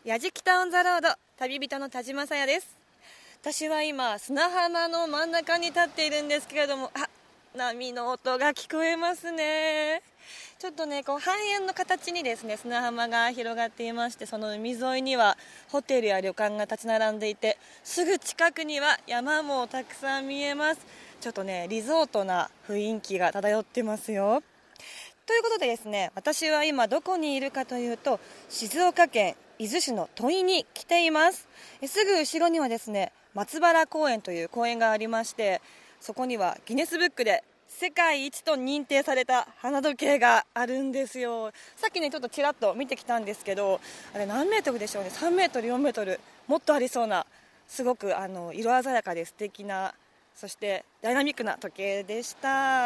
やじきたオンザロード、旅人の田島さやです。私は今砂浜の真ん中に立っているんですけれども、波の音が聞こえますね。ちょっとね、こう半円の形にですね、砂浜が広がっていまして、その海沿いにはホテルや旅館が立ち並んでいて、すぐ近くには山もたくさん見えます。ちょっとね、リゾートな雰囲気が漂ってますよ。ということでですね、私は今どこにいるかというと、静岡県伊豆市の土肥に来ています。すぐ後ろにはですね、松原公園という公園がありまして、そこにはギネスブックで世界一と認定された花時計があるんですよ。さっきね、ちょっとちらっと見てきたんですけど、あれ何メートルでしょうね。3メートル4メートルもっとありそうな、すごく色鮮やかで素敵な、そしてダイナミックな時計でした。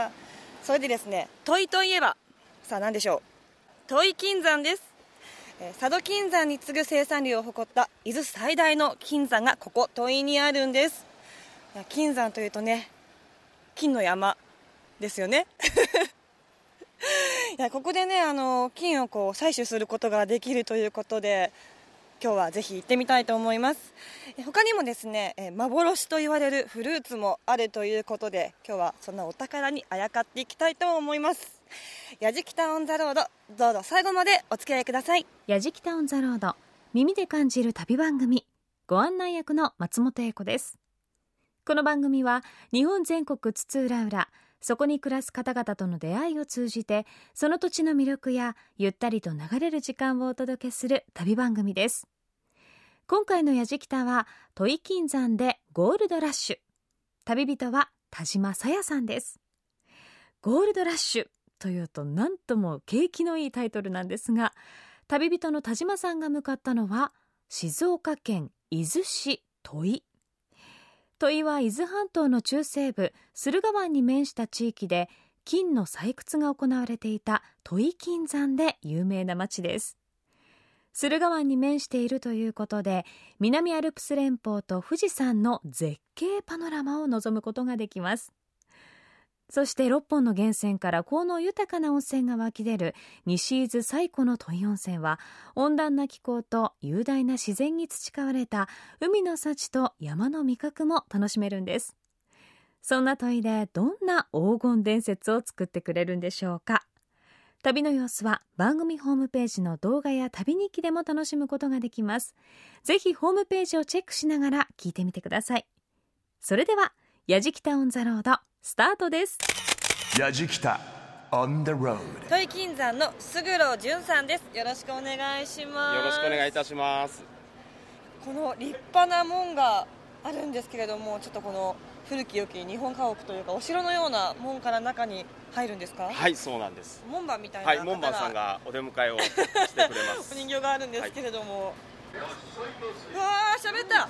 それでですね、土肥といえばさあ何でしょう。土肥金山です。佐渡金山に次ぐ生産量を誇った伊豆最大の金山がここ土肥にあるんです。金山というとね、金の山ですよねいや、ここでね、金をこう採取することができるということで、今日はぜひ行ってみたいと思います。他にもですね、幻と言われるフルーツもあるということで、今日はそんなお宝にあやかっていきたいと思います。やじきたオンザロード、どうぞ最後までお付き合いください。 やじきたオンザロード、耳で感じる旅番組、ご案内役の松本英子です。この番組は日本全国津々浦々、そこに暮らす方々との出会いを通じて、その土地の魅力やゆったりと流れる時間をお届けする旅番組です。今回のやじきたは土肥金山でゴールドラッシュ。旅人は田島さやさんです。ゴールドラッシュというとなんとも景気のいいタイトルなんですが、旅人の田島さんが向かったのは静岡県伊豆市土肥。土肥は伊豆半島の中西部駿河湾に面した地域で、金の採掘が行われていた土肥金山で有名な町です。駿河湾に面しているということで、南アルプス連峰と富士山の絶景パノラマを望むことができます。そして6本の源泉から効能豊かな温泉が湧き出る西伊豆最古の土肥温泉は、温暖な気候と雄大な自然に培われた海の幸と山の味覚も楽しめるんです。そんな土肥でどんな黄金伝説を作ってくれるんでしょうか。旅の様子は番組ホームページの動画や旅日記でも楽しむことができます。ぜひホームページをチェックしながら聞いてみてください。それではやじきたオンザロードスタートです。 やじきた on the road。 土肥金山の勝呂淳さんです。よろしくお願いします。 よろしくお願いいたします。 この立派な門があるんですけれども、ちょっとこの古き良き日本家屋というかお城のような門から中に入るんですか？ はい、そうなんです。 門番みたいなはい、 方門番さんがお出迎えをしてくれますお人形があるんですけれども、うわー、喋った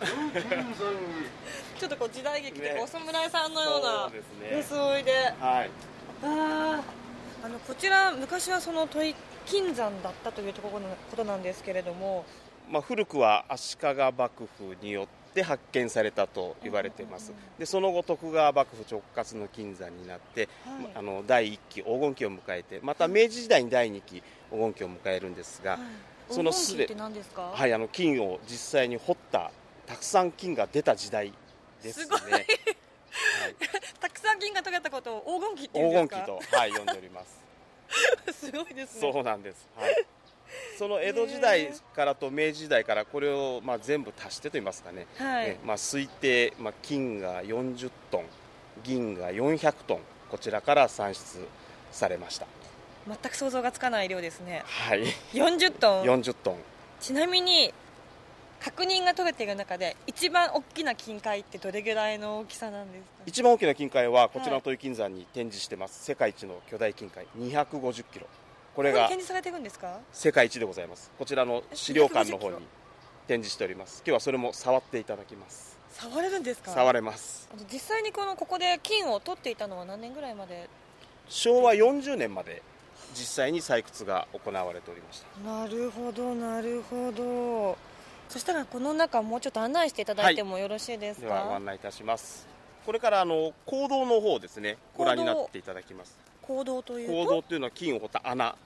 ちょっとこう時代劇でお侍さんのような装いで、 はい、 こちら昔はその土肥金山だったというところのことなんですけれども、 古くは足利幕府によって発見されたと言われています。でその後徳川幕府直轄の金山になって、第1期黄金期を迎えて、また明治時代に第2期黄金期を迎えるんですが、 その黄金期って何ですか？ 金を実際に掘ったたくさん金が出た時代ですね。 すごいたくさん金が取れたことを黄金期って言うんですか？ 黄金期と、呼んでおりますすごいですね。 そうなんです。その江戸時代からと明治時代からこれを全部足してといいますかね、推定、金が40トン銀が400トンこちらから算出されました。 全く想像がつかない量ですね。 40トン。 ちなみに確認が取れている中で一番大きな金塊ってどれぐらいの大きさなんですか？ 一番大きな金塊はこちらの土肥金山に展示してます、世界一の巨大金塊250キロ。これが展示されているんですか？ 世界一でございます。こちらの資料館の方に展示しております。今日はそれも触っていただきます。 触れるんですか？ 触れます。 実際にここで金を取っていたのは何年ぐらいまで？ 昭和40年まで実際に採掘が行われておりました。 なるほどなるほど。そしたらこの中もうちょっと案内していただいてもよろしいですか？ ではご案内いたします。これから坑道の方ですね、ご覧になっていただきます。 坑道というと？ 坑道というのは金を掘った穴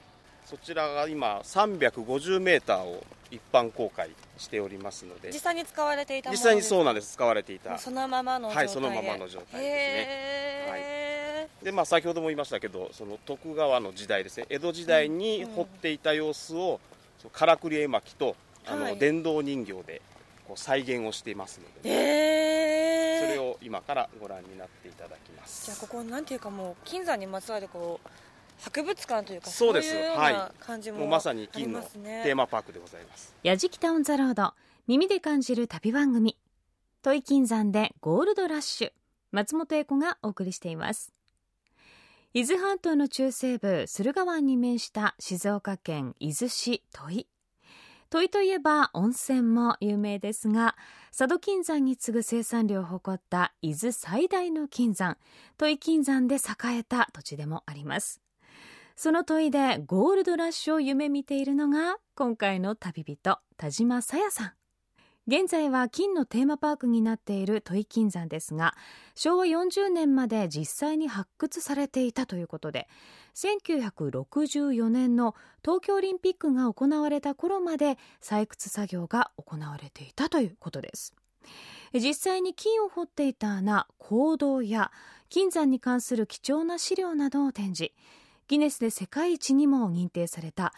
そちらが今350メーターを一般公開しておりますので、 実際に使われていたもの実際にそうなんです。使われていたそのままの状態で、 はい、そのままの状態ですね。はいへで先ほども言いましたけど、その徳川の時代ですね、江戸時代に彫っていた様子を、からくり絵巻とはい、 電動人形でこう再現をしていますので、それを今からご覧になっていただきます。 じゃあここなんていうか、もう金山にまつわるこう博物館というか、 そうです、 そういうような感じも、 もうまさに金のテーマパークでございます。 やじきたオンザロード、耳で感じる旅番組、土井金山でゴールドラッシュ、松本英子がお送りしています。伊豆半島の中西部駿河湾に面した静岡県伊豆市土井。土井といえば温泉も有名ですが、佐渡金山に次ぐ生産量を誇った伊豆最大の金山、土井金山で栄えた土地でもあります。その土井でゴールドラッシュを夢見ているのが今回の旅人、田島さやさん。現在は金のテーマパークになっている土井金山ですが、昭和40年まで実際に発掘されていたということで、1964年の東京オリンピックが行われた頃まで採掘作業が行われていたということです。実際に金を掘っていた穴、坑道や金山に関する貴重な資料などを展示、ギネスで世界一にも認定された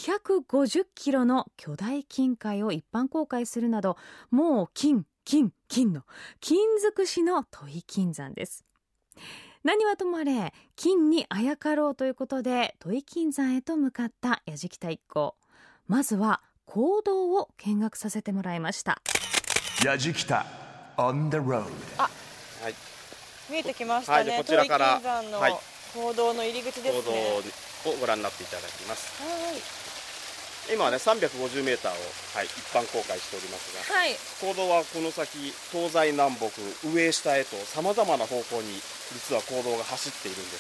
250キロの巨大金塊を一般公開するなど、もう金の金尽くしの土井金山です。何はともあれ金にあやかろうということで土井金山へと向かったやじきた一行。まずは坑道を見学させてもらいました。 やじきた on the road。 あ、 はい、 見えてきましたね。 こちらから土井金山の坑道の入り口ですね。 坑道をご覧になっていただきます。 はい、 今はね350メーターを、一般公開しておりますが、 はい、 坑道はこの先東西南北上下へとさまざまな方向に実は坑道が走っているんです。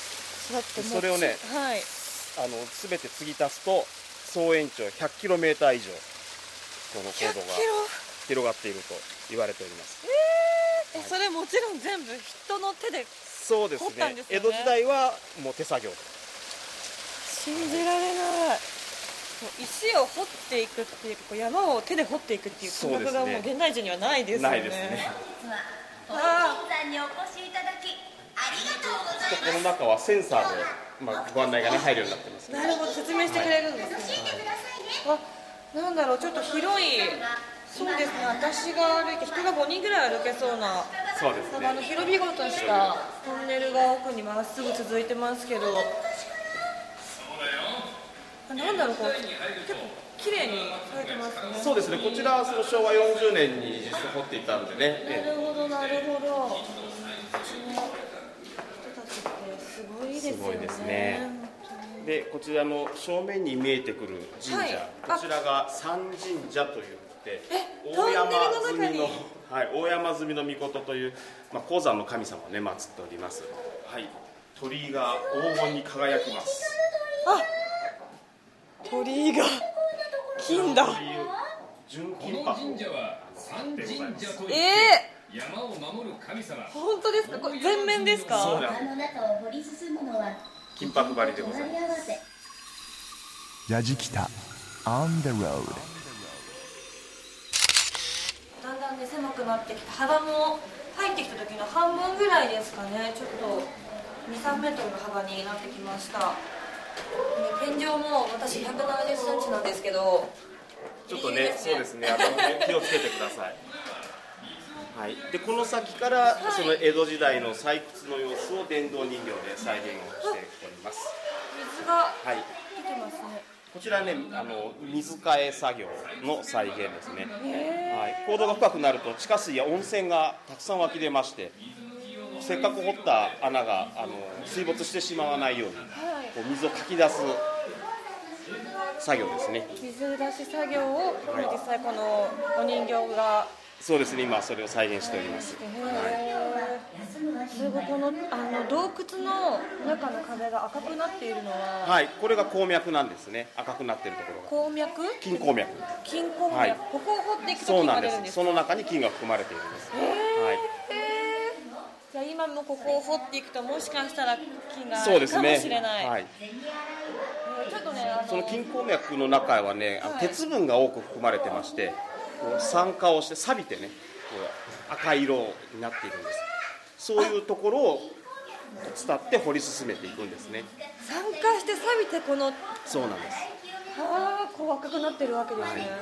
それをね、 はい、 全て継ぎ足すと総延長 100km 以上この坑道が広がっていると言われております。 それもちろん全部人の手でそうです掘ったんですよね。 江戸時代はもう手作業で。 信じられない。石を掘っていくっていうか、山を手で掘っていくっていう感覚がもう現代人にはないですよね。 ないですね。 土井金山にお越しいただきありがとうございます。 この中はセンサーで、ご案内がね入るようになってます、ね。 なるほど、説明してくれるんですね。なんだろう、ちょっと広い。そうですね、私が歩いて人が5人ぐらい歩けそうな。 そうですね。 広々としたトンネルが奥にまっすぐ続いてますけど、なんだろう、こう結構綺麗にされてますね。 そうですね、こちらはその昭和40年に実際掘っていたんでね。 なるほどなるほど。うちの人たちってすごいですよね。 すごいですね。でこちらの正面に見えてくる神社、こちらが三神社といって大山積の、大山積の命という、鉱山の神様をね祀っております。はい、鳥居が黄金に輝きます。 鳥居が金だ。 純金箔。 この神社は三神社といって山を守る神様。 本当ですか？これ全面ですか？ そうなんです。 山の中を掘り進むのは金箔張りでございます。 やじきた on the road。 だんだんね狭くなってきて、幅も入ってきた時の半分ぐらいですかね。ちょっと 2,3 メートルの幅になってきました。天井も私170センチなんですけど、 ちょっとね、そうですね、気をつけてください。はい、でこの先からその江戸時代の採掘の様子を電動人形で再現をしております。 水が出てますね。 こちらね、水替え作業の再現ですね。坑道が深くなると地下水や温泉がたくさん湧き出まして、せっかく掘った穴が水没してしまわないように、こう水をかき出す作業ですね。 水出し作業を実際このお人形が。 そうですね、今それを再現しております。 すごい、この洞窟の中の壁が赤くなっているのは、 はい、これが鉱脈なんですね。赤くなっているところが鉱脈？ 金鉱脈。 金鉱脈、ここを掘っていくとそうなんで金が出るんです。 す。その中に金が含まれているんです。 じゃあ今もここを掘っていくともしかしたら金があそうですね。 るかもしれない。 はい。 ちょっとねその金鉱脈の中はね、鉄分が多く含まれてまして、こう酸化をして錆びてね、こう赤色になっているんです。そういうところを伝って掘り進めていくんですね。 酸化して錆びてこのそうなんです。 こう赤くなってるわけですね。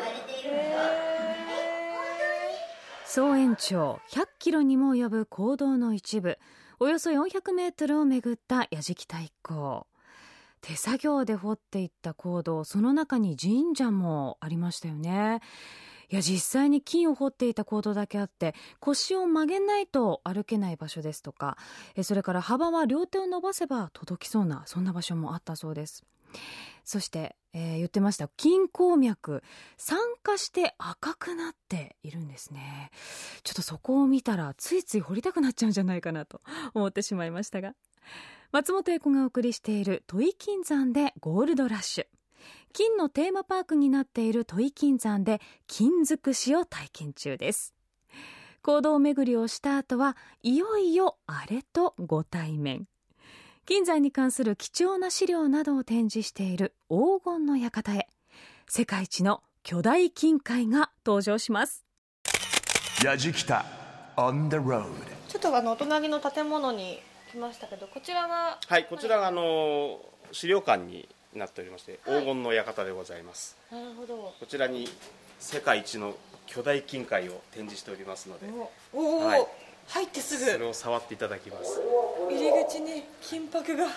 総延長100キロにも及ぶ坑道の一部、およそ400メートルを巡った矢敷太一坑。手作業で掘っていった坑道、その中に神社もありましたよね。いや、実際に金を掘っていた坑道だけあって、腰を曲げないと歩けない場所ですとか、それから幅は両手を伸ばせば届きそうな、そんな場所もあったそうです。そして、言ってました金鉱脈、酸化して赤くなっているんですね。ちょっとそこを見たらついつい掘りたくなっちゃうんじゃないかなと思ってしまいましたが、松本英子がお送りしている土肥金山でゴールドラッシュ。金のテーマパークになっている土肥金山で金尽くしを体験中です。坑道巡りをした後はいよいよあれとご対面。金山に関する貴重な資料などを展示している黄金の館へ、世界一の巨大金塊が登場します。 やじきた on the road。 ちょっとお隣の建物に来ましたけど、こちらはこちらが資料館になっておりまして、黄金の館でございます。 なるほど。 こちらに世界一の巨大金塊を展示しておりますので、 入ってすぐそれを触っていただきます。 入り口に金箔が。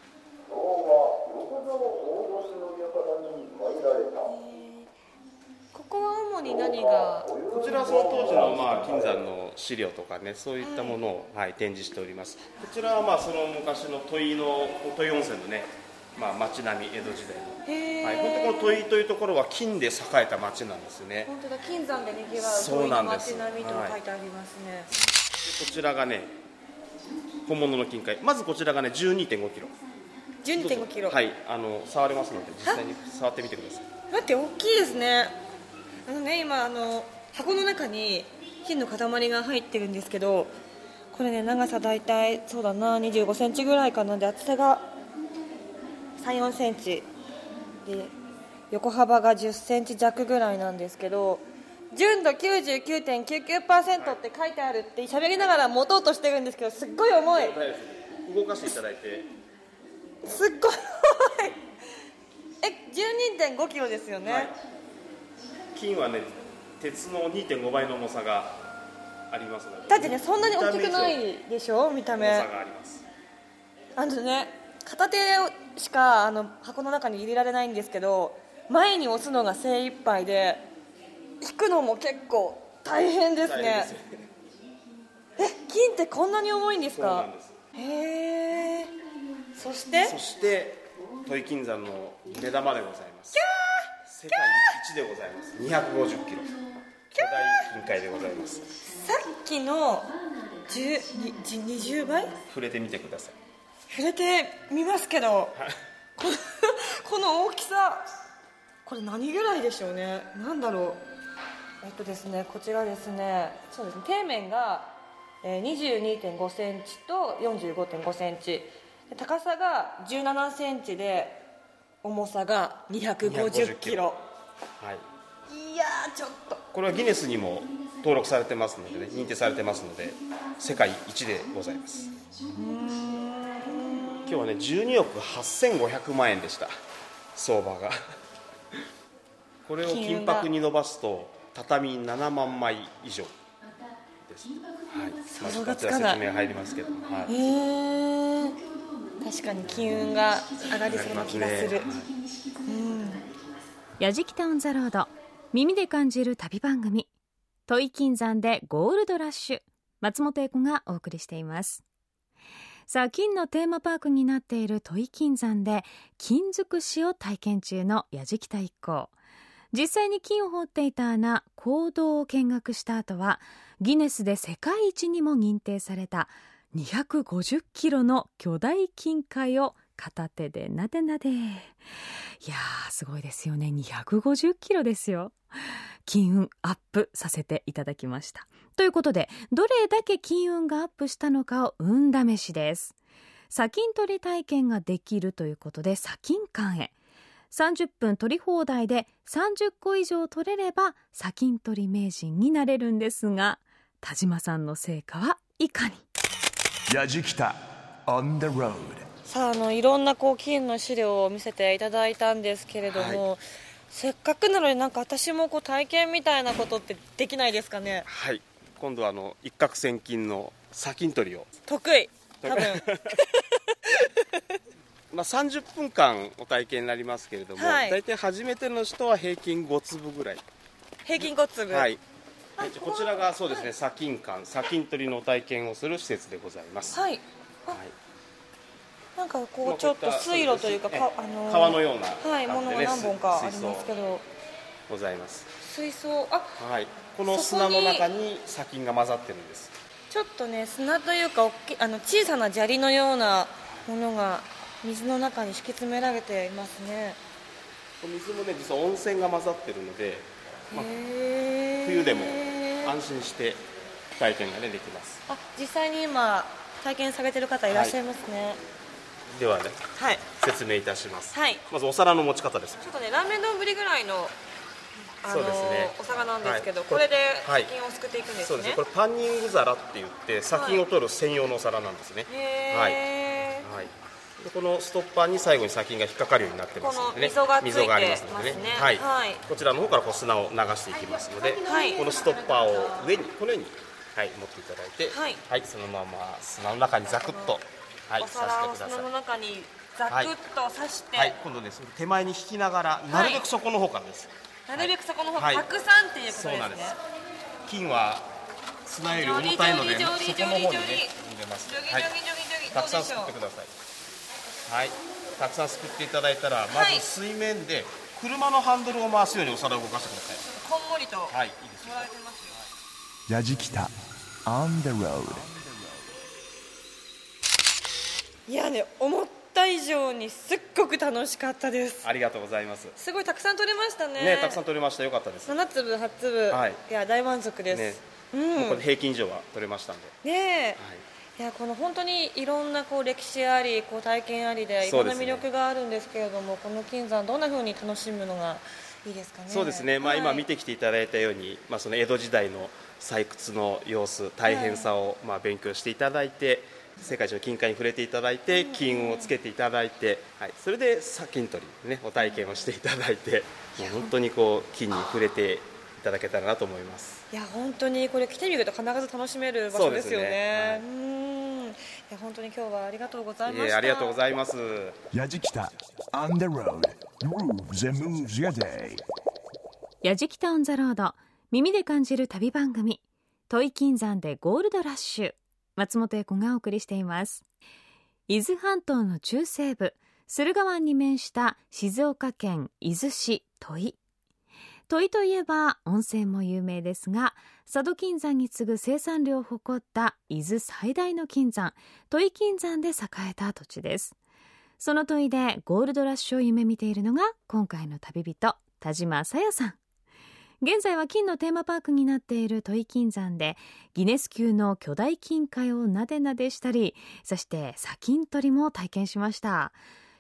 ここは主に何が？ こちらはその当時の金山の資料とかね、そういったものを、展示しております。こちらはその昔の土肥温泉のね、町並み、江戸時代の、本当この土肥というところは金で栄えた町なんですね。 本当だ、金山でにぎわう土肥の町並みと書いてありますね。 こちらがね、本物の金塊。まずこちらがね、12.5キロ。 12.5キロ。 触れますので、実際に触ってみてください。 待って、大きいですね。今箱の中に金の塊が入ってるんですけど、これね、長さだいたいそうだな、25センチぐらいかな。で、厚さが3、4センチで、横幅が10センチ弱ぐらいなんですけど、純度 99.99% って書いてあるって喋りながら持とうとしてるんですけど、すっごい重い。 動かしていただいて。 すっごい重い。12.5 キロですよね。 金はね、鉄の 2.5 倍の重さがありますので。 だってね、そんなに大きくないでしょ、見た目。 重さがあります。 片手しか箱の中に入れられないんですけど、前に押すのが精一杯で、引くのも結構大変ですね。金ってこんなに重いんですか？ そうなんです。 へー。そして土肥金山の目玉でございます。世界一でございます。250キロ巨大金塊でございます。 さっきの20倍？ 触れてみてください。 触れてみますけど、この大きさ、これ何ぐらいでしょうね。なんだろう。ですね、こちらですね、そうですね、底面が 22.5 センチと 45.5 センチ、高さが17センチで、重さが250キロ。いやー、ちょっとこれはギネスにも登録されてますのでね、認定されてますので、世界一でございます。今日はね、12億8500万円でした、相場が。これを金箔に伸ばすと畳7万枚以上です。 想像がつかない。 説明入りますけど、 確かに金運が上がりそうな気がする。 やじきたオンザロード、耳で感じる旅番組、土肥金山でゴールドラッシュ。松本英子がお送りしています。さあ、金のテーマパークになっている土肥金山で金尽くしを体験中のやじきた一行。実際に金を掘っていた穴、坑道を見学した後は、ギネスで世界一にも認定された250キロの巨大金塊を片手でなでなで。いやー、すごいですよね。250キロですよ。金運アップさせていただきました。ということで、どれだけ金運がアップしたのかを運試しです。 砂金採り体験ができるということで砂金館へ。30分取り放題で30個以上取れれば砂金取り名人になれるんですが、田島さんの成果はいかに。 やじきた on the road。 さあ、いろんな金の資料を見せていただいたんですけれども、せっかくなのでなんか私も体験みたいなことってできないですかね。 はい、今度は一攫千金の砂金取りを得意、多分 30分間お体験になりますけれども、 はい、 大体初めての人は平均5粒ぐらい。 平均5粒、 はい。こちらがそうですね、砂金館、砂金取りの体験をする施設でございます。 はい。なんかちょっと水路というか、 川のような、 ものが何本かありますけどございます。 水槽、 はい、この砂の中に砂金が混ざってるんです。 ちょっとね、砂というか小さな砂利のようなものが水の中に敷き詰められていますね。 水もね、実は温泉が混ざってるので、冬でも安心して体験がねできます。 実際に今体験されてる方いらっしゃいますね。 ではね、説明いたします。まずお皿の持ち方です。 ちょっとね、ラーメン丼ぐらいのそうですね、 お皿なんですけど、これで砂金をすくっていくんですね。 そうですね、これパンニング皿って言って砂金を取る専用のお皿なんですね。でこのストッパーに最後に砂金が引っかかるようになってますのでね、溝がありますのでね、こちらの方から砂を流していきますので、このストッパーを上にこのように、持っていただいて、そのまま砂の中にザクッと、 お皿を砂の中にザクッと刺して、 今度ね、手前に引きながらなるべく底の方からです。 なるべく底の方、たくさんっていうことですね。そうなんです。 金は砂より重たいので底の方にね入れます。たくさんすくってください。たくさんすくっていただいたら、まず水面で車のハンドルを回すようにお皿を動かしてください。 こんもりといいですよ。 やじきた on the road。 いやね、思った以上にすっごく楽しかったです。 ありがとうございます。 すごいたくさん取れましたね。 たくさん取れました。よかったです。 7粒8粒、いや大満足です。 これ平均以上は取れましたんで。いや、 本当にいろんな歴史あり体験ありでいろんな魅力があるんですけれども、この金山どんな風に楽しむのがいいですかね。 そうですね、今見てきていただいたように、その江戸時代の採掘の様子、大変さを勉強していただいて、世界一の金塊に触れていただいて、金運をつけていただいて、それで砂金取り、ね、お体験をしていただいて、もう本当に金に触れていただけたらなと思います。 いや、本当にこれ来てみると必ず楽しめる場所ですよね。いや、本当に今日はありがとうございました。 ありがとうございます。 やじきた on the road grooves and moves your day。 やじきた on the road、 耳で感じる旅番組、土肥金山でゴールドラッシュ、松本英子がお送りしています。伊豆半島の中西部、駿河湾に面した静岡県伊豆市土肥。土肥といえば温泉も有名ですが、佐渡金山に次ぐ生産量を誇った伊豆最大の金山、土肥金山で栄えた土地です。その土肥でゴールドラッシュを夢見ているのが今回の旅人、田島さやさん。現在は金のテーマパークになっている土肥金山でギネス級の巨大金塊をなでなでしたり、そして砂金取りも体験しました。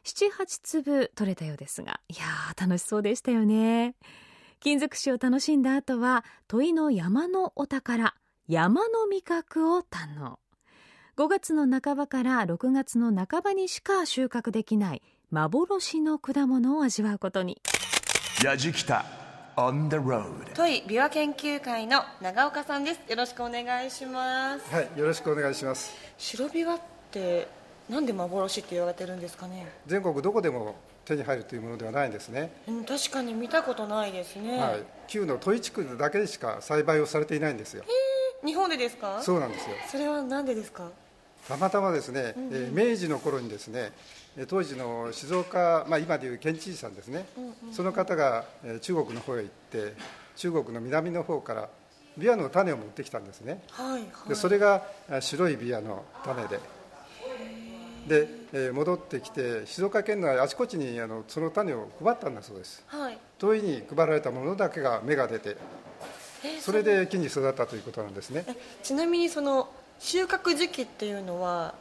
7,8 粒取れたようですが、いやー楽しそうでしたよね。金尽くしを楽しんだ後は土肥の山のお宝、山の味覚を堪能。5月の半ばから6月の半ばにしか収穫できない幻の果物を味わうことに。 やじきたon the road。 土肥琵琶研究会の長岡さんです。よろしくお願いします。 はい、よろしくお願いします。 白琵琶ってなんで幻って言われてるんですかね。 全国どこでも手に入るというものではないんですね。 確かに見たことないですね。 旧の土肥地区だけでしか栽培をされていないんですよ。 日本でですか。 そうなんですよ。 それはなんでですか。 たまたまですね、明治の頃にですね、当時の静岡、今でいう県知事さんですね、その方が中国の方へ行って、中国の南の方からビワの種を持ってきたんですね。でそれが白いビワの種で、戻ってきて静岡県内あちこちにその種を配ったんだそうです。土肥に配られたものだけが芽が出て、それで木に育ったということなんですね。 ちなみにその収穫時期っていうのは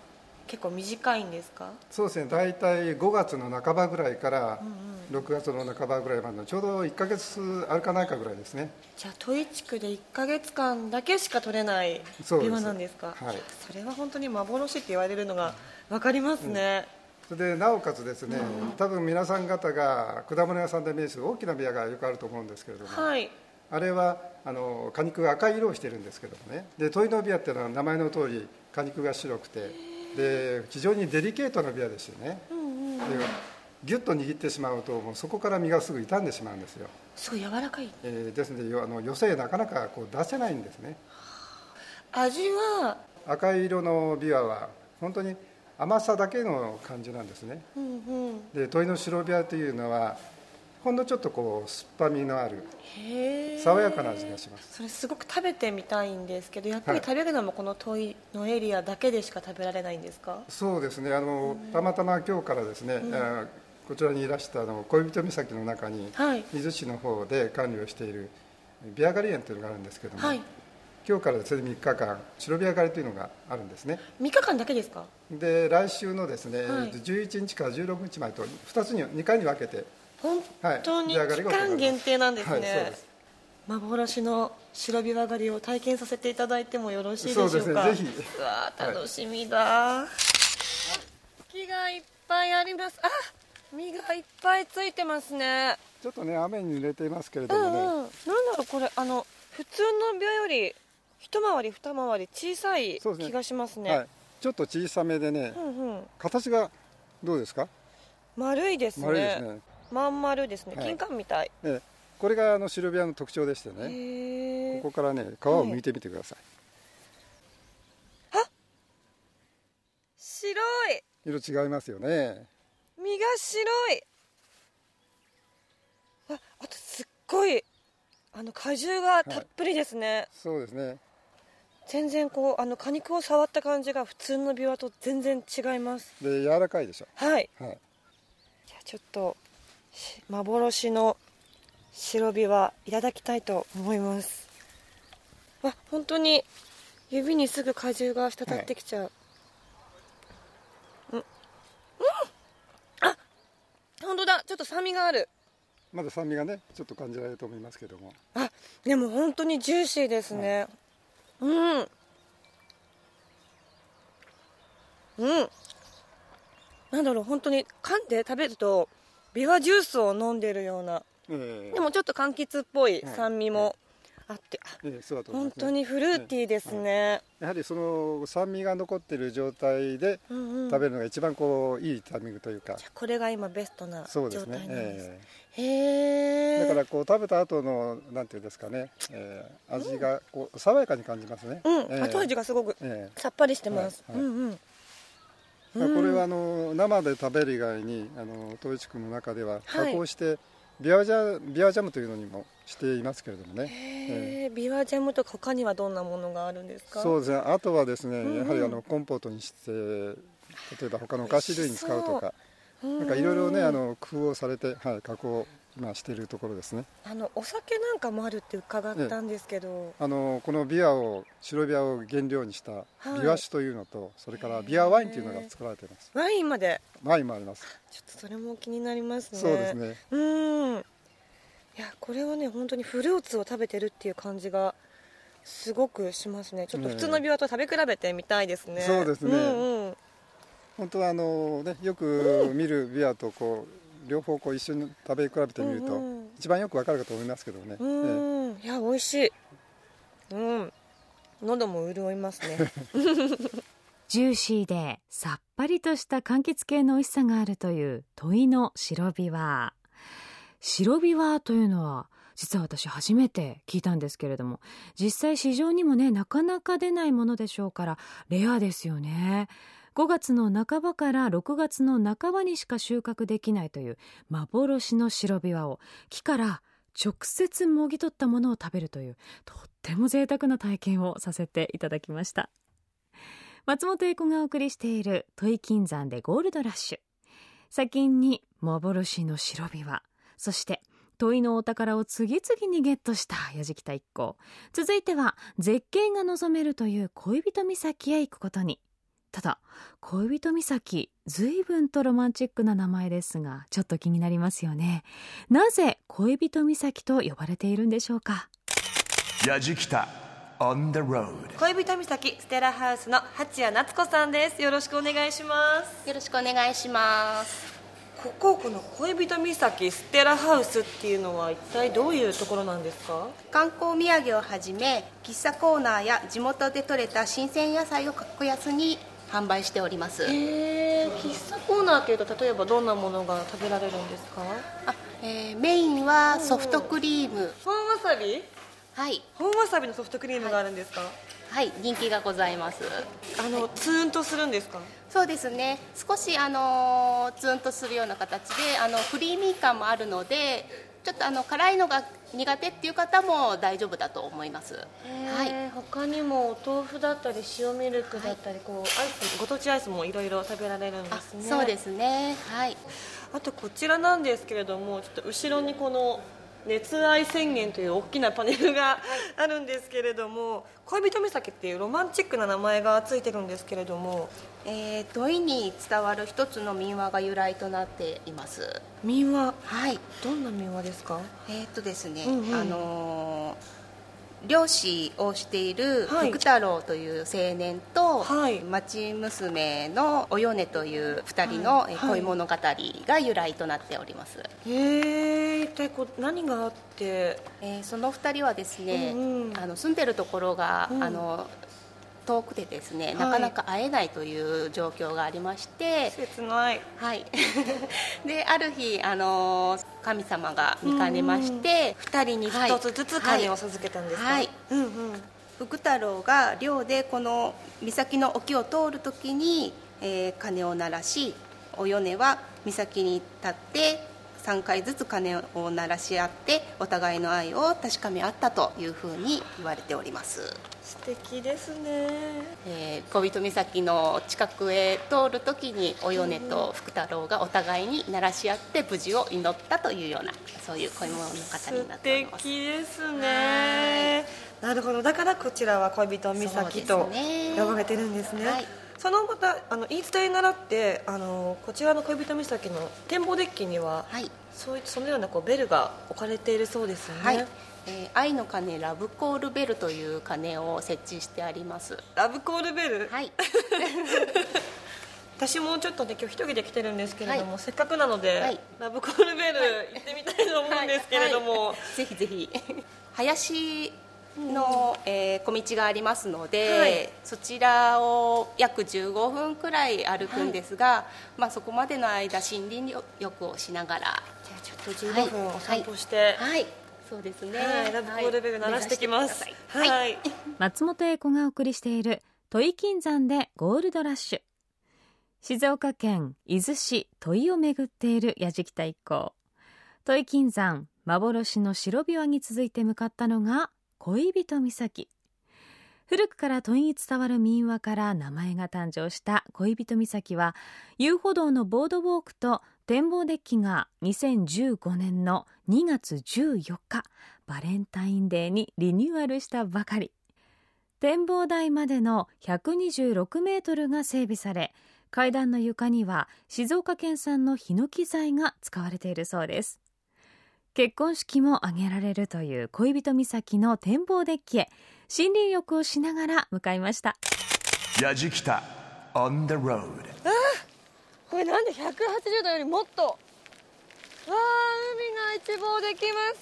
結構短いんですか？ そうですね、大体5月の半ばぐらいから6月の半ばぐらいまでのちょうど1ヶ月あるかないかぐらいですね。 じゃあ土井地区で1ヶ月間だけしか取れないそうですビワなんですか？ はい、 それは本当に幻って言われるのが分かりますね。 それでなおかつですね、多分皆さん方が果物屋さんで目にする大きなビワがよくあると思うんですけれども、 はい、 あれは果肉が赤い色をしているんですけどもね、で土井のビワっていうのは名前の通り果肉が白くて、で非常にデリケートなビワですよね。でギュッと握ってしまうともうそこから実がすぐ傷んでしまうんですよ。 すごい柔らかい、 ですので余生なかなかこう出せないんですね。 味は赤い色のビワは本当に甘さだけの感じなんですね。で土井の白ビワというのはほんのちょっとこう酸っぱみのある爽やかな味がします。 それすごく食べてみたいんですけど、やっぱり食べるのもこの土井のエリアだけでしか食べられないんですか？ そうですね、たまたま今日からですね、こちらにいらした恋人岬の中に、伊豆市の方で管理をしているビア狩り園というのがあるんですけども、今日からですね3日間白ビア狩りというのがあるんですね。 3日間だけですか？で来週のですね、11日から16日までと2回に分けて本当に期間限定なんですね。 そうです。 幻の白ビワ狩りを体験させていただいてもよろしいでしょうか？ そうですね、ぜひ。 うわ楽しみだ、木がいっぱいあります。あ、実がいっぱいついてますね。 ちょっとね雨に濡れていますけれどもね、 なんだろうこれ普通のビワより一回り二回り小さい気がしますね。 はい、ちょっと小さめでね、形がどうですか？ 丸いですね。 丸いですね。 まん丸ですね、金柑みたい。 これが白ビワの特徴でしてね、ここからね皮を剥いてみてください。 あ、白い。 色違いますよね。 身が白い。あとすっごい果汁がたっぷりですね。 そうですね。 全然こう果肉を触った感じが普通のビワと全然違います。 で柔らかいでしょ。 はい、じゃあちょっと幻の白ビワいただきたいと思います。本当に指にすぐ果汁が滴ってきちゃう。あ、本当だ、ちょっと酸味がある。 まだ酸味がねちょっと感じられると思いますけども、 でも本当にジューシーですね。なんだろう、本当に噛んで食べるとビワジュースを飲んでるような、でもちょっと柑橘っぽい酸味もあって、本当にフルーティーですね。 やはりその酸味が残っている状態で食べるのが一番こういいタイミングというか、 これが今ベストな状態なんです。 だからこう食べた後のなんていうんですかね、味がこう爽やかに感じますね。 後味がすごくさっぱりしてます。 これは生で食べる以外に東一区の中では加工してビワジャムというのにもしていますけれどもね。 ビワジャムとか他にはどんなものがあるんですか？ そうですね、あとはですね、やはりコンポートにして例えば他のお菓子類に使うとか、なんかいろいろね工夫をされて、加工今しているところですね。 お酒なんかもあるって伺ったんですけど、 この白ビワを原料にしたビワ酒というのと、それからビワワインというのが作られています。 ワインまで？ ワインもあります。 ちょっとそれも気になりますね。 そうですね。 いやこれはね本当にフルーツを食べてるっていう感じがすごくしますね。ちょっと普通のビワと食べ比べてみたいですね。 そうですね。本当はねよく見るビワとこう両方こう一緒に食べ比べてみると一番よくわかるかと思いますけどね。 いや美味しい。喉も潤いますね。 ジューシーでさっぱりとした柑橘系の美味しさがあるという土井の白ビワ。白ビワというのは実は私初めて聞いたんですけれども、実際市場にもねなかなか出ないものでしょうからレアですよね。5月の半ばから6月の半ばにしか収穫できないという幻の白ビワを木から直接もぎ取ったものを食べるというとっても贅沢な体験をさせていただきました。松本英子がお送りしている土井金山でゴールドラッシュ。先に幻の白ビワ、そして土井のお宝を次々にゲットしたやじきた一行。続いては絶景が望めるという恋人岬へ行くことに。 ただ恋人岬、随分とロマンチックな名前ですが、ちょっと気になりますよね。なぜ恋人岬と呼ばれているんでしょうか。 やじきた on the road。 恋人岬ステラハウスの八谷夏子さんです。よろしくお願いします。 よろしくお願いします。 この恋人岬ステラハウスっていうのは一体どういうところなんですか？ 観光土産をはじめ、喫茶コーナーや地元で採れた新鮮野菜を格安に販売しております。 喫茶コーナーというと、例えばどんなものが食べられるんですか？ メインはソフトクリーム。 本わさび？ はい、 本わさびのソフトクリームがあるんですか？ はい、人気がございます。 ツーンとするんですか？ そうですね、少しツーンとするような形でクリーミー感もあるので、ちょっと辛いのが苦手っていう方も大丈夫だと思います。はい、 他にもお豆腐だったり塩ミルクだったり、アイス、ご当地アイスもいろいろ食べられるんですね。 そうですね。はい。 あとこちらなんですけれども、ちょっと後ろにこの熱愛宣言という大きなパネルがあるんですけれども、恋人岬っていうロマンチックな名前がついてるんですけれども、 土井に伝わる一つの民話が由来となっています。 民話？ はい。 どんな民話ですか？ ですね、漁師をしている福太郎という青年と、町娘のお米という2人の恋物語が由来となっております。 一体何があって、 その2人はですね、住んでるところが、遠くてですね、なかなか会えないという状況がありまして、 切ない。 はい。で、ある日神様が見かねまして、 2人に1つずつ鐘を授けたんですか？はい。 福太郎が漁でこの岬の沖を通るときに、鐘を鳴らし、お米は岬に立って3回ずつ鐘を鳴らし合って、お互いの愛を確かめ合ったというふうに言われております。 素敵ですね。 恋人岬の近くへ通るときに、お米と福太郎がお互いに鳴らし合って無事を祈ったというような、そういう恋物語になっております。 素敵ですね。なるほど。だからこちらは恋人岬と呼ばれてるんですね。そのまた言い伝えに倣って、こちらの恋人岬の展望デッキには、そのようなベルが置かれているそうですよね。はい。 愛の鐘ラブコールベルという鐘を設置してあります。 ラブコールベル？ はい。 私もちょっとね、今日一人で来てるんですけれども、せっかくなので、ラブコールベル行ってみたいと思うんですけれども、 ぜひぜひ。林の、小道がありますので、そちらを約15分くらい歩くんですが、そこまでの間森林浴をしながら、 じゃあちょっと15分お散歩して、 そうですね。 ラブコールベル鳴らしてきます。 松本英子がお送りしている土井金山でゴールドラッシュ。静岡県伊豆市土井を巡っているやじきた一行。土井金山幻の白琵琶に続いて向かったのが恋人岬。古くから土井に伝わる民話から名前が誕生した恋人岬は、遊歩道のボードウォークと展望デッキが2015年の2月14日バレンタインデーにリニューアルしたばかり。展望台までの126メートルが整備され、階段の床には静岡県産のヒノキ材が使われているそうです。結婚式も挙げられるという恋人岬の展望デッキへ森林浴をしながら向かいました。 やじきた on the road。 これなんで180度よりもっと、海が一望できます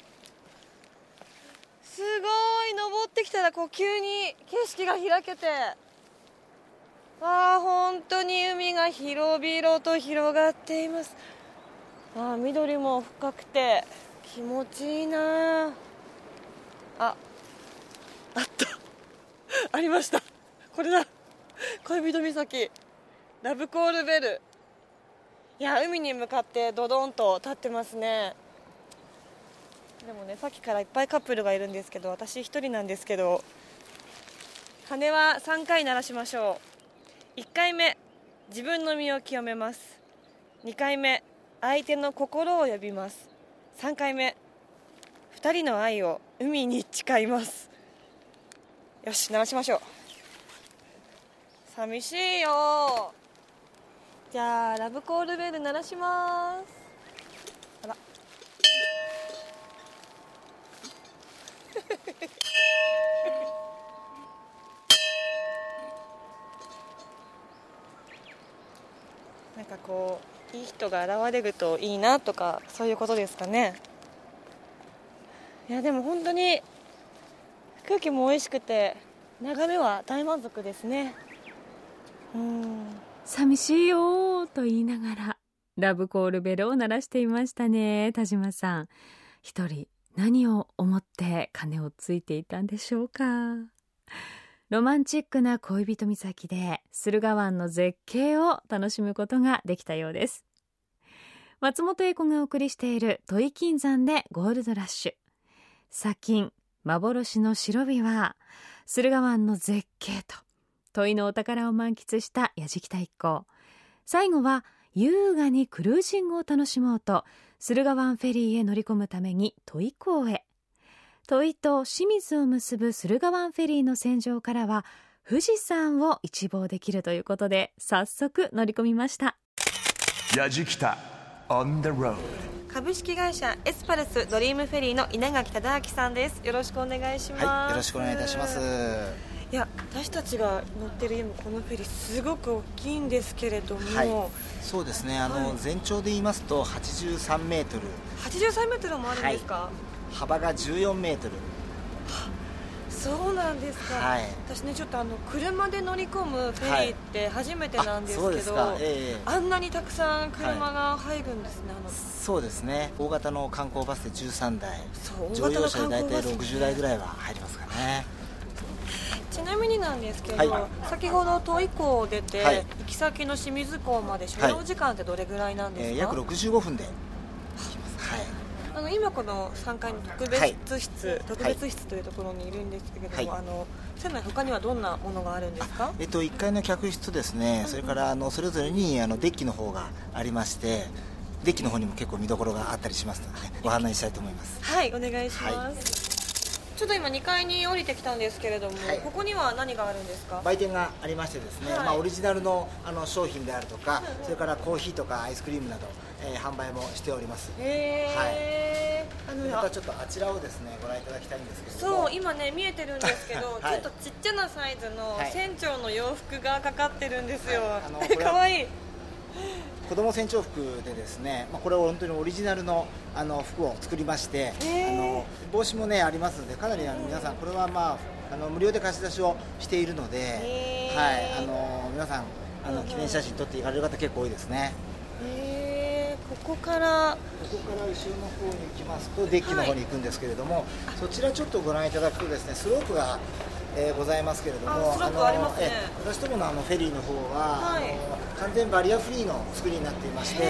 。すごい。登ってきたら急に景色が開けて、本当に海が広々と広がっています。緑も深くて気持ちいいな。あったありました。これだ、恋人岬ラブコールベル。いや、海に向かってドドンと立ってますね。でもね、さっきからいっぱいカップルがいるんですけど、私一人なんですけど、鐘は3回鳴らしましょう。1回目、自分の身を清めます。2回目、相手の心を呼びます。3回目、2人の愛を海に誓います。よし、鳴らしましょう。 寂しいよ。じゃあラブコールベル鳴らします。あらなんかこういい人が現れるといいなとか、そういうことですかね。いやでも本当に空気も美味しくて眺めは大満足ですね。 寂しいよと言いながらラブコールベルを鳴らしていましたね。田島さん、一人何を思って鐘をついていたんでしょうか。ロマンチックな恋人岬で駿河湾の絶景を楽しむことができたようです。松本英子がお送りしている土肥金山でゴールドラッシュ。砂金、幻の白身は駿河湾の絶景と土肥のお宝を満喫したやじきた一行。最後は優雅にクルージングを楽しもうと駿河湾フェリーへ乗り込むために土肥港へ。土肥と清水を結ぶ駿河湾フェリーの船上からは富士山を一望できるということで、早速乗り込みました。 やじきた on the road。 株式会社エスパルスドリームフェリーの稲垣忠明さんです。よろしくお願いします。 はい、よろしくお願いいたします。 いや、私たちが乗ってる今このフェリーすごく大きいんですけれども、はい、 そうですね、全長で言いますと83メートル。 83メートルもあるんですか。 幅が14メートル。 そうなんですか。はい、私ね、ちょっと車で乗り込むフェリーって初めてなんですけど、あんなにたくさん車が入るんですね。 そうですね、大型の観光バスで13台、乗用車で大体60台ぐらいは入りますかね。 ちなみになんですけど、先ほど土肥港を出て、行き先の清水港まで所要時間ってどれぐらいなんですか。 約65分で。 今この3階の特別室というところにいるんですけれども、船内他にはどんなものがあるんですか。 1階の客室ですね、それからそれぞれにデッキの方がありまして、デッキの方にも結構見どころがあったりしますので、ご案内したいと思います。 はい、お願いします。ちょっと今2階に降りてきたんですけれども、ここには何があるんですか。 売店がありましてですね、オリジナルの商品であるとか、それからコーヒーとかアイスクリームなど、販売もしております。またちょっとあちらをですねご覧いただきたいんですけども、 そう、今ね見えてるんですけど、ちょっとちっちゃなサイズの船長の洋服がかかってるんですよ。かわいい。 子供船長服でですね、これは本当にオリジナルの服を作りまして、帽子もねありますので、かなり皆さんこれは無料で貸し出しをしているので、皆さん記念写真撮っていかれる方結構多いですね。 ここから後ろの方に行きますとデッキの方に行くんですけれども、そちらちょっとご覧いただくとですね、スロープがございますけれども、私どものフェリーの方は、完全バリアフリーの作りになっていまして、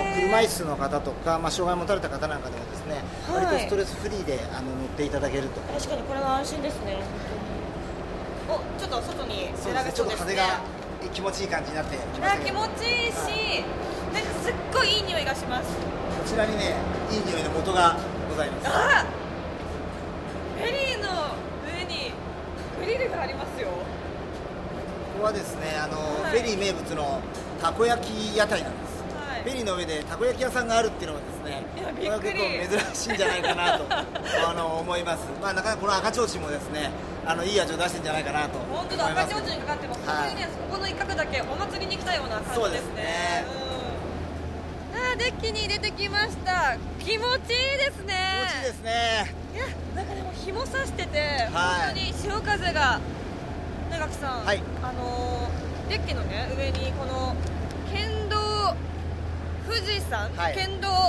車椅子の方とか、障害を持たれた方なんかでもですね、割とストレスフリーで乗っていただけると。 確かにこれは安心ですね。ちょっと外に出られそうですね。 ちょっと風が気持ちいい感じになってきましたけど、 気持ちいいし、なんかすっごいいい匂いがします。こちらにね、いい匂いの元がございます。 フェリーの上にグリルがありますよ。 ここはですね、フェリー名物のたこ焼き屋台なんです。フェリーの上でたこ焼き屋さんがあるっていうのはですね、これは結構珍しいんじゃないかなと思います。なかなかこの赤ちょうちんもですね、いい味を出してるんじゃないかなと思います。 本当だ、赤ちょうちんかかってます。本当にね、そこの一角だけお祭りに来たような感じですね。デッキに出てきました。気持ちいいですね。 気持ちいいですね。 いや、なんかでも日も差してて、本当に潮風が、稲垣さん、デッキのね上にこの県道富士山、県道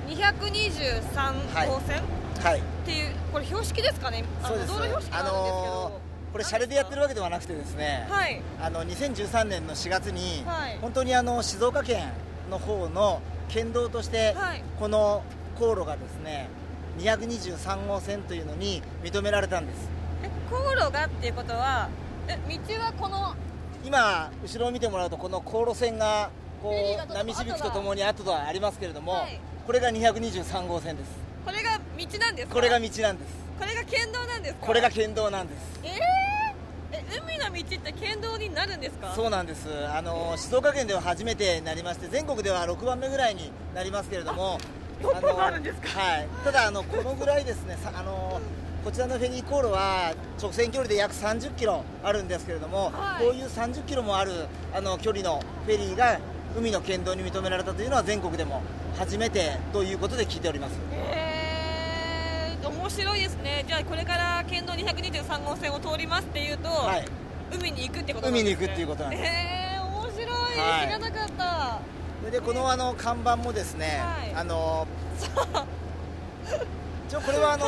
223号線っていう、これ標識ですかね。道路標識があるんですけど、 これシャレでやってるわけではなくてですね、2013年の4月に、本当に静岡県の方の県道として、この航路がですね223号線というのに認められたんです。 航路がっていうことは、道はこの今後ろを見てもらうと、この航路線がこう波しぶきとともに後がありますけれども、これが223号線です。 これが道なんですか。 これが道なんです。 これが県道なんですか。 これが県道なんです。 海の道って県道になるんですか？ そうなんです。静岡県では初めてになりまして、全国では6番目ぐらいになりますけれども、 6番もあるんですか？ はい、ただこのぐらいですね、こちらのフェリー航路は直線距離で約30キロあるんですけれども、はい、こういう30キロもある距離のフェリーが海の県道に認められたというのは全国でも初めてということで聞いております。 面白いですね。じゃあこれから県道223号線を通りますっていうと、はい、海に行くってことなんですね。海に行くっていうことなんです。面白い、はい、知らなかった。 それでこの看板もですね、はいこれははい、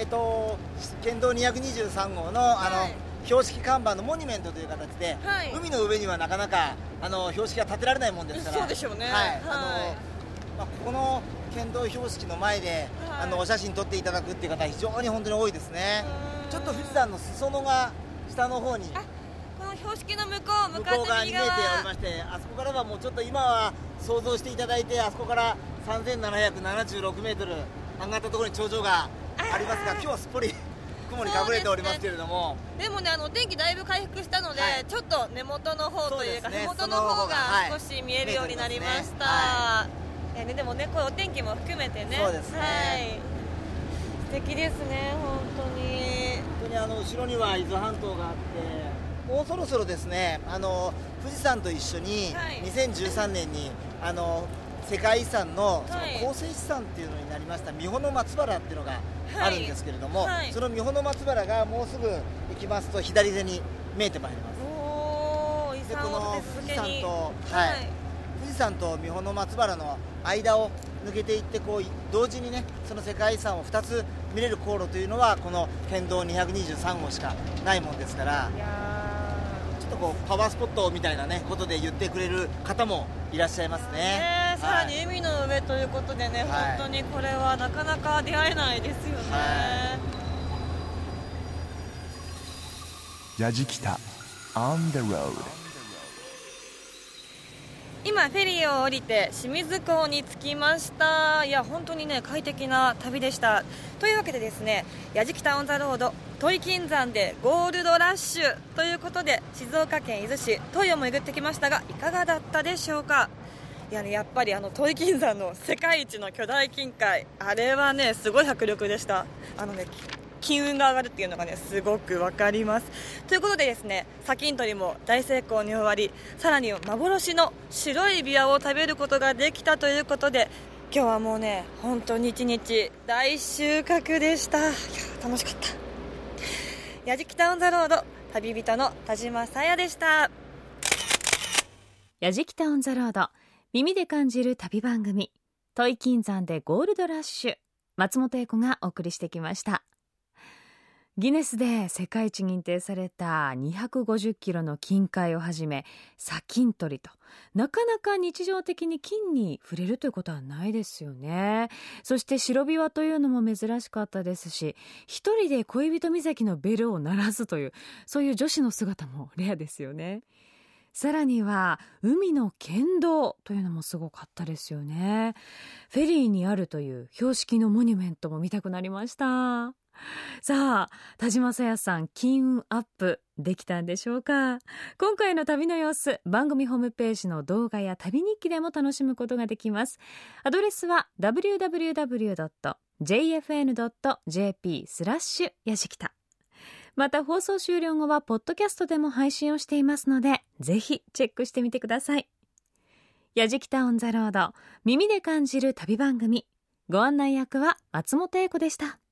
県道223号の標識看板のモニュメントという形で、はい、海の上にはなかなか標識が立てられないもんですから。 そうでしょうね。 はい、ここの県道標識の前で、はい、お写真撮っていただくっていう方は非常に本当に多いですね。ちょっと富士山の裾野が下の方に、 この標識の向こう側に見えておりまして、あそこからはもうちょっと今は想像していただいて、あそこから3776メートル上がったところに頂上がありますが、今日はすっぽり雲に隠れておりますけれども、 でもね、天気だいぶ回復したので、はい、ちょっと根元の方というか、ね、麓の方が少し見えるようになりました。はい、でもね、こういうお天気も含めてね、 そうですね、はい、 素敵ですね、本当に。 本当に後ろには伊豆半島があって、もうそろそろですね、富士山と一緒に2013年に世界遺産の構成資産っていうのになりました三保の松原っていうのがあるんですけれども、はいはい、その三保の松原がもうすぐ行きますと左手に見えてまいります。でこの富士山と、はい、富士山と三保の松原の間を抜けていって、こう同時にね、その世界遺産を2つ見れる航路というのはこの県道223号しかないもんですから、ちょっとこうパワースポットみたいなねことで言ってくれる方もいらっしゃいますね。 さらに海の上ということでね、はい、本当にこれはなかなか出会えないですよね。 やじきた On the road。 今フェリーを降りて清水港に着きました。いや本当にね、快適な旅でした。というわけでですね、やじきたオンザロード土肥金山でゴールドラッシュということで、静岡県伊豆市土肥を巡ってきましたが、いかがだったでしょうか。いやね、やっぱり土肥金山の世界一の巨大金塊、あれはねすごい迫力でした。金運が上がるっていうのがねすごくわかります。ということでですね、砂金採りも大成功に終わり、さらに幻の白いビワを食べることができたということで、今日はもうね本当に一日大収穫でした。いや楽しかった。やじきたオンザロード、旅人の田島さやでした。 やじきたオンザロード、耳で感じる旅番組、土肥金山でゴールドラッシュ、松本英子がお送りしてきました。ギネスで世界一認定された250キロの金塊をはじめ、砂金採りとなかなか日常的に金に触れるということはないですよね。そして白ビワというのも珍しかったですし、一人で恋人岬のベルを鳴らすという、そういう女子の姿もレアですよね。さらには海の県道というのもすごかったですよね。フェリーにあるという標識のモニュメントも見たくなりました。さあ、田島さやさん、金運アップできたんでしょうか。今回の旅の様子、番組ホームページの動画や旅日記でも楽しむことができます。アドレスは www.jfn.jp/やじきた。また放送終了後はポッドキャストでも配信をしていますので、ぜひチェックしてみてください。やじきたオンザロード、耳で感じる旅番組、ご案内役は松本英子でした。